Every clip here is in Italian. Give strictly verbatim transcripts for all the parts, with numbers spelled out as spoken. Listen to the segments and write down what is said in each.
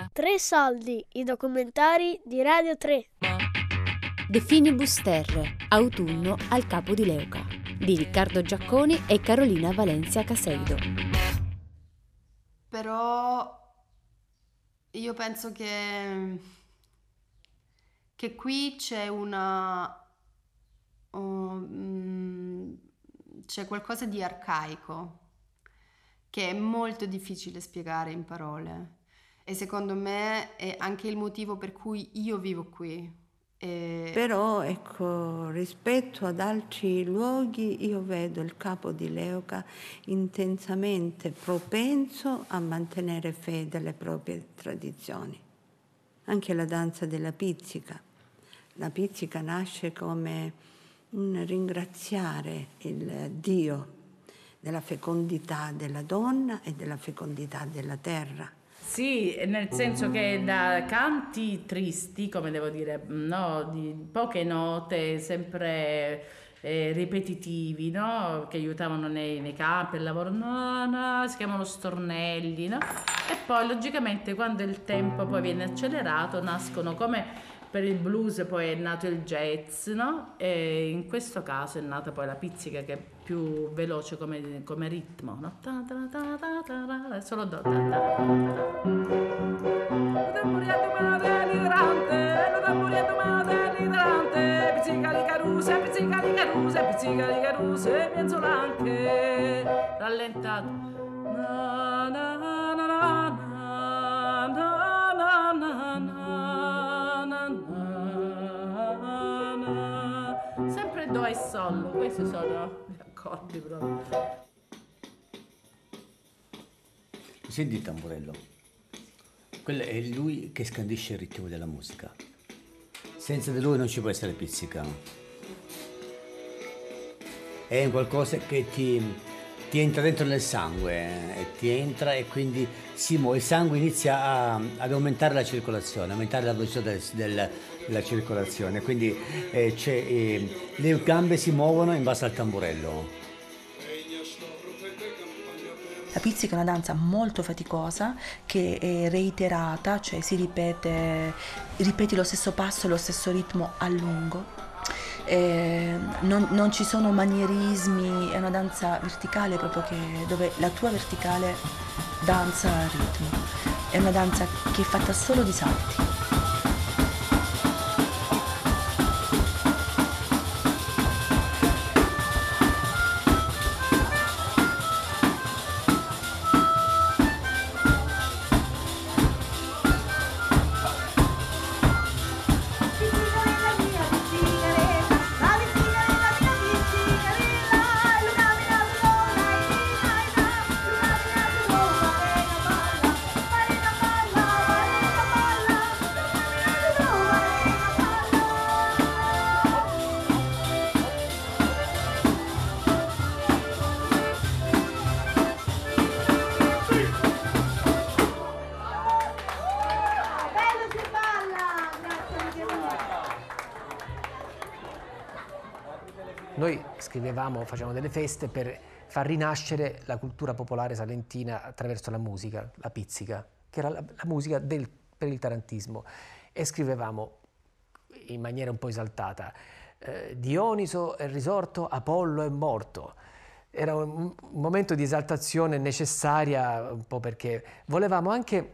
Tre soldi, i documentari di Radio tre. De Finibus Terre, autunno al Capo di Leuca, di Riccardo Giacconi e Carolina Valencia Caseido. Però io penso che, che qui c'è una... Um, c'è qualcosa di arcaico che è molto difficile spiegare in parole. E secondo me è anche il motivo per cui io vivo qui. E... Però ecco, rispetto ad altri luoghi io vedo il Capo di Leuca intensamente propenso a mantenere fede alle proprie tradizioni. Anche la danza della pizzica. La pizzica nasce come un ringraziare il Dio della fecondità della donna e della fecondità della terra. Sì, nel senso che da canti tristi, come devo dire, no, di poche note, sempre eh, ripetitivi, no, che aiutavano nei, nei campi, il lavoro, no, no, si chiamano stornelli, no? E poi logicamente quando il tempo poi viene accelerato nascono come per il blues, poi è nato il jazz, no? E in questo caso è nata poi la pizzica, che è più veloce come, come ritmo, no? Ta ta ta ta ta ta, solo do ta ta ta ta. Lo tamburietto male l'idrante, lo tamburietto male l'idrante, pizzica di caruse, pizzica di caruse, pizzica di caruse, penzolante, rallentato. Na na na na na na na na. Sempre do e sol, questi sono gli accordi proprio. Senti il tamburello, quello è lui che scandisce il ritmo della musica. Senza di lui non ci può essere pizzica. È un qualcosa che ti, ti entra dentro nel sangue, e ti entra e quindi si muove, il sangue inizia a, ad aumentare la circolazione, aumentare la velocità del, del, della circolazione, quindi eh, c'è, eh, le gambe si muovono in base al tamburello. La pizzica è una danza molto faticosa che è reiterata, cioè si ripete, ripeti lo stesso passo, lo stesso ritmo a lungo. Eh, non, non ci sono manierismi, è una danza verticale proprio che, dove la tua verticale danza al ritmo. È una danza che è fatta solo di salti. Noi scrivevamo, facevamo delle feste per far rinascere la cultura popolare salentina attraverso la musica, la pizzica, che era la, la musica del, per il tarantismo, e scrivevamo in maniera un po' esaltata eh, Dioniso è risorto, Apollo è morto. Era un, un momento di esaltazione necessaria, un po' perché volevamo anche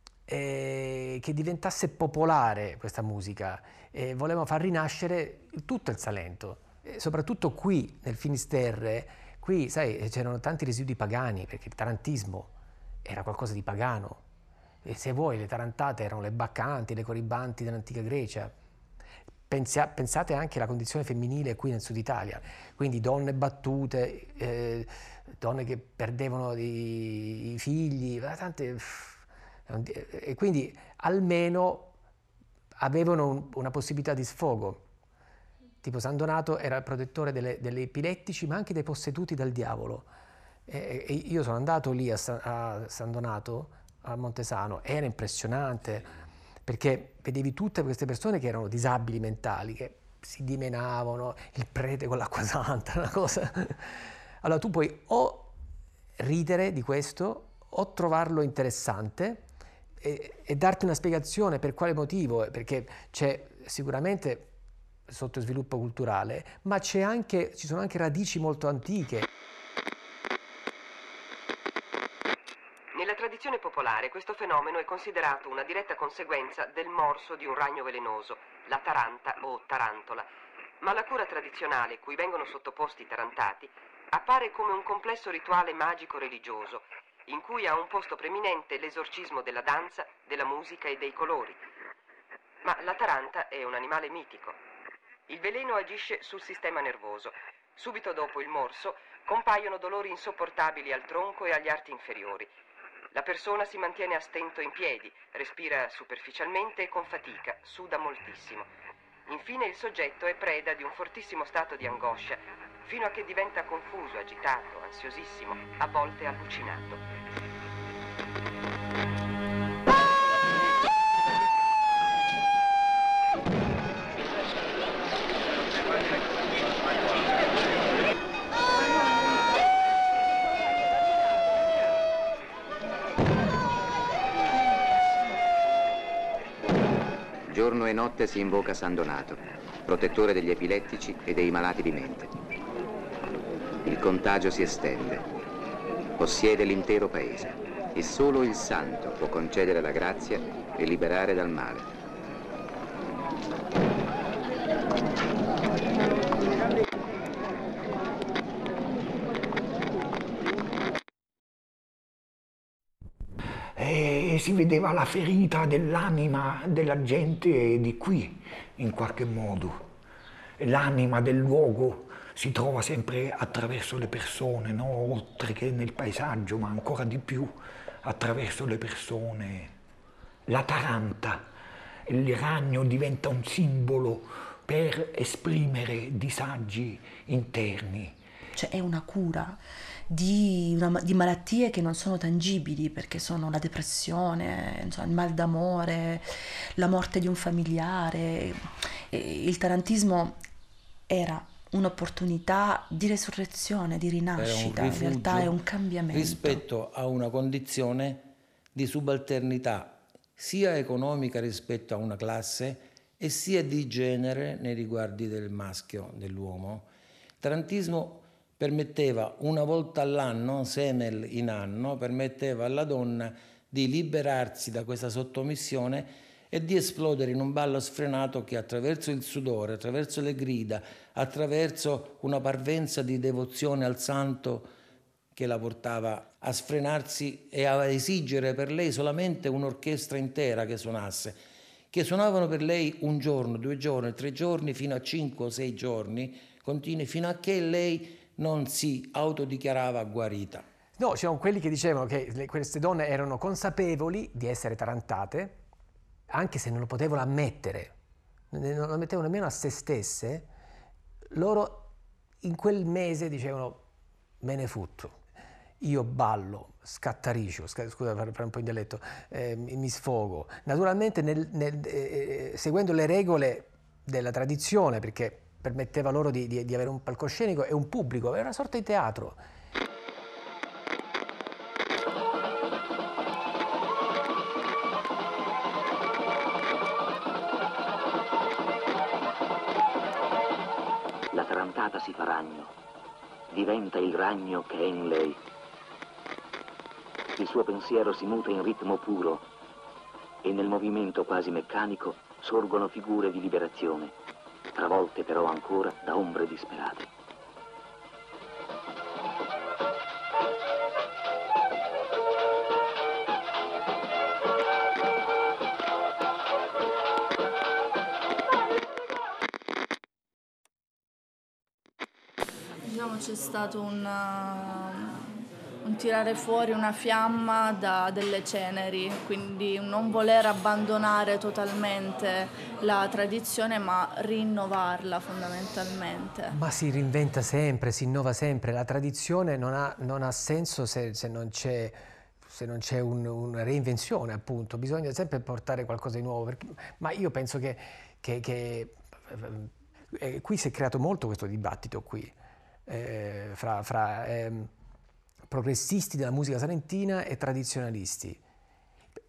eh, che diventasse popolare questa musica, e volevamo far rinascere tutto il Salento. Soprattutto qui nel Finisterre, qui sai c'erano tanti residui pagani, perché il tarantismo era qualcosa di pagano, e se vuoi le tarantate erano le baccanti, le coribanti dell'antica Grecia. Pensia, pensate anche alla condizione femminile qui nel Sud Italia, quindi donne battute, eh, donne che perdevano i, i figli, tante, e quindi almeno avevano un, una possibilità di sfogo. Tipo San Donato era il protettore delle, delle epilettici, ma anche dei posseduti dal diavolo. E, e io sono andato lì a San, a San Donato, a Montesano, era impressionante, perché vedevi tutte queste persone che erano disabili mentali, che si dimenavano, il prete con l'acqua santa, una cosa. Allora tu puoi o ridere di questo, o trovarlo interessante, e, e darti una spiegazione per quale motivo, perché c'è sicuramente sottosviluppo culturale, ma c'è anche, ci sono anche radici molto antiche. Nella tradizione popolare questo fenomeno è considerato una diretta conseguenza del morso di un ragno velenoso, la taranta o tarantola, ma la cura tradizionale cui vengono sottoposti i tarantati appare come un complesso rituale magico-religioso, in cui ha un posto preminente l'esorcismo della danza, della musica e dei colori. Ma la taranta è un animale mitico. Il veleno agisce sul sistema nervoso. Subito dopo il morso compaiono dolori insopportabili al tronco e agli arti inferiori. La persona si mantiene a stento in piedi, respira superficialmente e con fatica, suda moltissimo. Infine il soggetto è preda di un fortissimo stato di angoscia, fino a che diventa confuso, agitato, ansiosissimo, a volte allucinato. Giorno e notte si invoca San Donato, protettore degli epilettici e dei malati di mente. Il contagio si estende, possiede l'intero paese e solo il santo può concedere la grazia e liberare dal male. E si vedeva la ferita dell'anima della gente di qui, in qualche modo. L'anima del luogo si trova sempre attraverso le persone, no? Oltre che nel paesaggio, ma ancora di più attraverso le persone. La taranta, il ragno diventa un simbolo per esprimere disagi interni. Cioè è una cura di, una, di malattie che non sono tangibili, perché sono la depressione, insomma, il mal d'amore, la morte di un familiare. E il tarantismo era un'opportunità di resurrezione, di rinascita, in realtà è un cambiamento. Rispetto a una condizione di subalternità sia economica rispetto a una classe e sia di genere nei riguardi del maschio, dell'uomo. Il tarantismo permetteva una volta all'anno, semel in anno, permetteva alla donna di liberarsi da questa sottomissione e di esplodere in un ballo sfrenato che attraverso il sudore, attraverso le grida, attraverso una parvenza di devozione al santo che la portava a sfrenarsi e a esigere per lei solamente un'orchestra intera che suonasse, che suonavano per lei un giorno, due giorni, tre giorni, fino a cinque o sei giorni continui, fino a che lei non si autodichiarava guarita. No, c'erano quelli che dicevano che le, queste donne erano consapevoli di essere tarantate, anche se non lo potevano ammettere, non lo ammettevano nemmeno a se stesse. Loro in quel mese dicevano: me ne fotto, io ballo, scattaricio, sc scusa per un po' in dialetto, eh, mi sfogo. Naturalmente nel, nel, eh, seguendo le regole della tradizione, perché permetteva loro di, di, di avere un palcoscenico e un pubblico, era una sorta di teatro. La tarantata si fa ragno, diventa il ragno che è in lei. Il suo pensiero si muta in ritmo puro e nel movimento quasi meccanico sorgono figure di liberazione, travolte però ancora da ombre disperate. Diciamo c'è stato un, uh, un tirare fuori una fiamma da delle ceneri, quindi un non voler abbandonare totalmente la tradizione ma rinnovarla fondamentalmente. Ma si reinventa sempre, si innova sempre, la tradizione non ha, non ha senso se, se non c'è se non c'è un, una reinvenzione, appunto, bisogna sempre portare qualcosa di nuovo, perché, ma io penso che, che, che eh, qui si è creato molto questo dibattito qui. Eh, fra, fra eh, progressisti della musica salentina e tradizionalisti. Eh,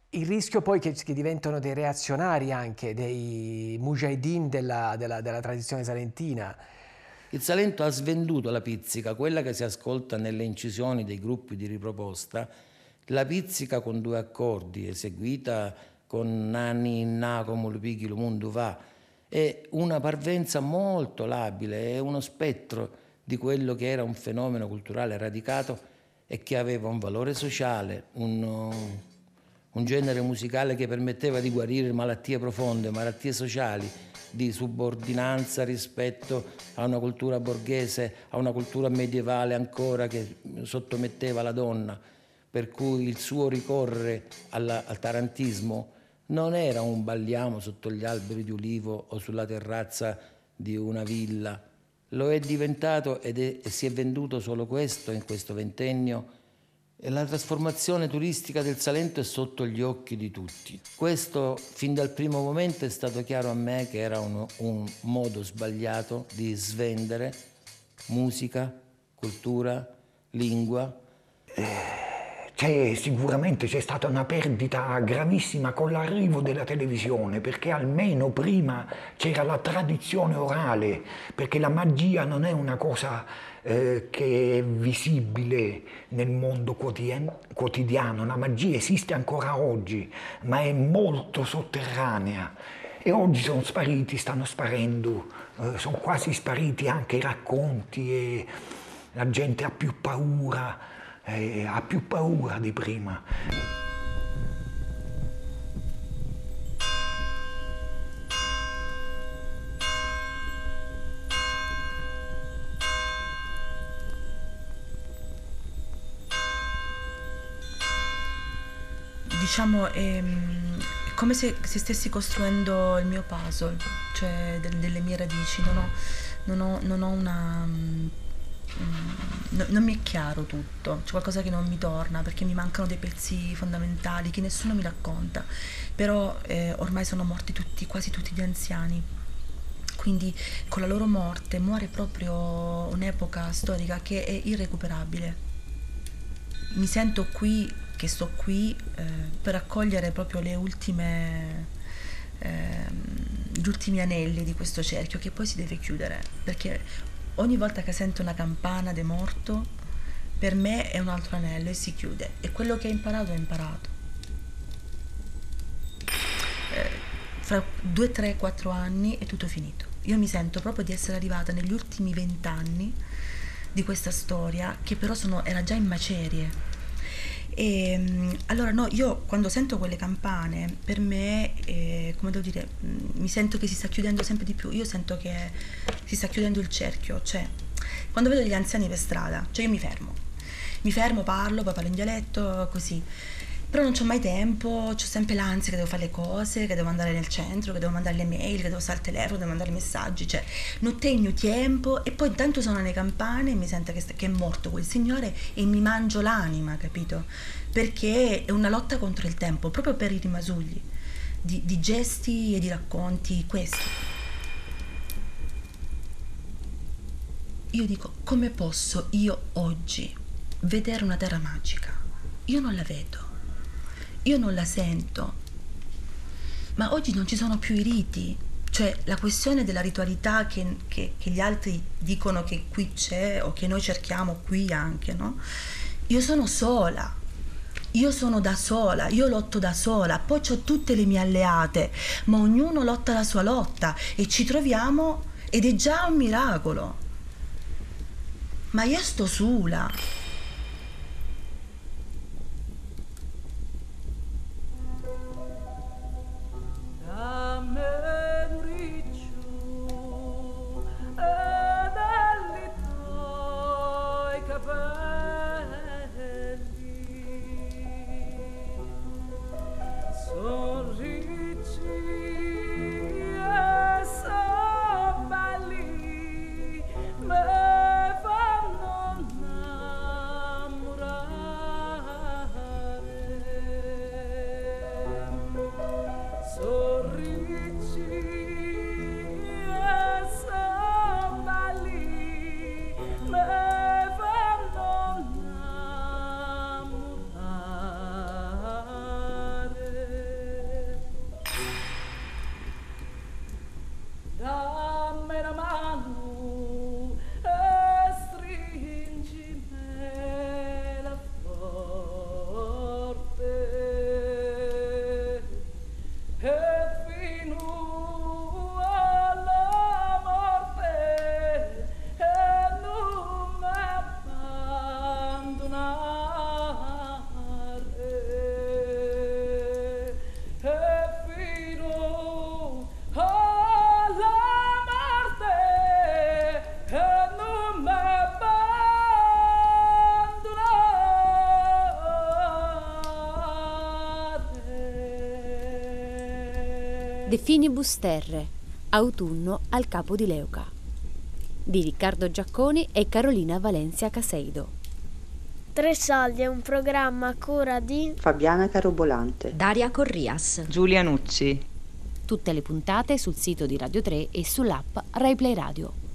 Il rischio poi che, che diventano dei reazionari anche, dei mujahideen della, della, della tradizione salentina. Il Salento ha svenduto la pizzica, quella che si ascolta nelle incisioni dei gruppi di riproposta, la pizzica con due accordi, eseguita con nani, na, come lo pighi, lo mondo va, è una parvenza molto labile, è uno spettro di quello che era un fenomeno culturale radicato e che aveva un valore sociale, un, un genere musicale che permetteva di guarire malattie profonde, malattie sociali, di subordinanza rispetto a una cultura borghese, a una cultura medievale ancora che sottometteva la donna, per cui il suo ricorrere alla, al tarantismo non era un balliamo sotto gli alberi di ulivo o sulla terrazza di una villa. Lo è diventato ed è, e si è venduto solo questo in questo ventennio, e la trasformazione turistica del Salento è sotto gli occhi di tutti. Questo fin dal primo momento è stato chiaro a me che era un, un modo sbagliato di svendere musica, cultura, lingua. C'è, sicuramente c'è stata una perdita gravissima con l'arrivo della televisione, perché almeno prima c'era la tradizione orale, perché la magia non è una cosa eh, che è visibile nel mondo quotidiano, la magia esiste ancora oggi, ma è molto sotterranea. E oggi sono spariti, stanno sparendo, eh, sono quasi spariti anche i racconti e la gente ha più paura. Eh, ha più paura di prima. Diciamo è, è come se, se stessi costruendo il mio puzzle, cioè del, delle mie radici, non ho, non ho, non ho una... No, non mi è chiaro tutto, c'è qualcosa che non mi torna perché mi mancano dei pezzi fondamentali che nessuno mi racconta, però eh, ormai sono morti tutti, quasi tutti gli anziani, quindi con la loro morte muore proprio un'epoca storica che è irrecuperabile. Mi sento qui, che sto qui eh, per accogliere proprio le ultime eh, gli ultimi anelli di questo cerchio che poi si deve chiudere, perché ogni volta che sento una campana de morto, per me è un altro anello e si chiude. E quello che hai imparato, hai imparato. Eh, fra due, tre, quattro anni è tutto finito. Io mi sento proprio di essere arrivata negli ultimi vent'anni di questa storia, che però sono, era già in macerie. E allora no, io quando sento quelle campane, per me, eh, come devo dire, mi sento che si sta chiudendo sempre di più. Io sento che si sta chiudendo il cerchio, cioè quando vedo gli anziani per strada, cioè io mi fermo, mi fermo, parlo, poi parlo in dialetto, così. Però non c'ho mai tempo, ho sempre l'ansia che devo fare le cose, che devo andare nel centro, che devo mandare le mail, che devo stare al telefono, che devo mandare i messaggi, cioè non tengo tempo e poi intanto sono le campane e mi sento che, che è morto quel signore e mi mangio l'anima, capito? Perché è una lotta contro il tempo, proprio per i rimasugli di, di gesti e di racconti questi. Io dico, come posso io oggi vedere una terra magica? Io non la vedo. Io non la sento, ma oggi non ci sono più i riti, cioè la questione della ritualità che, che, che gli altri dicono che qui c'è o che noi cerchiamo qui anche, no? Io sono sola, io sono da sola, io lotto da sola, poi ho tutte le mie alleate, ma ognuno lotta la sua lotta e ci troviamo ed è già un miracolo. Ma io sto sola. Me fanno De Finibus Terre, autunno al Capo di Leuca, di Riccardo Giacconi e Carolina Valencia Caseido. Tre Soldi è un programma a cura di Fabiana Carobolante, Daria Corrias, Giulia Nucci. Tutte le puntate sul sito di Radio tre e sull'app RaiPlay Radio.